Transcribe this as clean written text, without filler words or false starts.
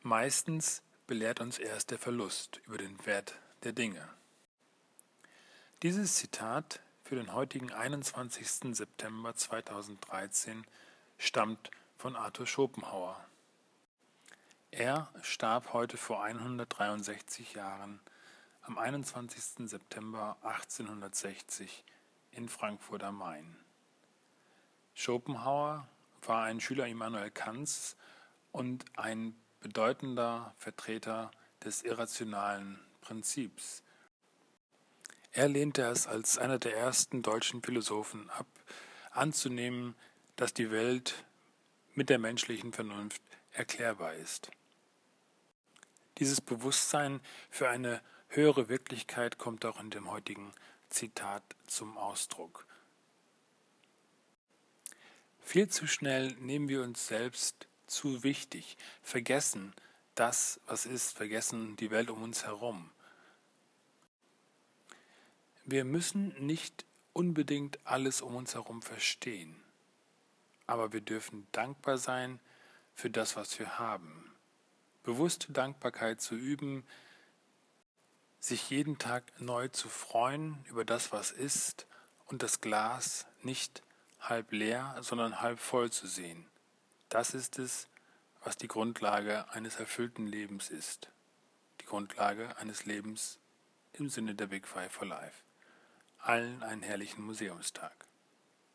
Meistens belehrt uns erst der Verlust über den Wert der Dinge. Dieses Zitat für den heutigen 21. September 2013 stammt von Arthur Schopenhauer. Er starb heute vor 163 Jahren am 21. September 1860 in Frankfurt am Main. Schopenhauer war ein Schüler Immanuel Kants und ein bedeutender Vertreter des irrationalen Prinzips. Er lehnte es als einer der ersten deutschen Philosophen ab, anzunehmen, dass die Welt mit der menschlichen Vernunft erklärbar ist. Dieses Bewusstsein für eine höhere Wirklichkeit kommt auch in dem heutigen Zitat zum Ausdruck. Viel zu schnell nehmen wir uns selbst zu wichtig, vergessen das, was ist, vergessen die Welt um uns herum. Wir müssen nicht unbedingt alles um uns herum verstehen, aber wir dürfen dankbar sein für das, was wir haben. Bewusste Dankbarkeit zu üben, sich jeden Tag neu zu freuen über das, was ist und das Glas nicht halb leer, sondern halb voll zu sehen. Das ist es, was die Grundlage eines erfüllten Lebens ist. Die Grundlage eines Lebens im Sinne der Big Five for Life. Allen einen herrlichen Museumstag.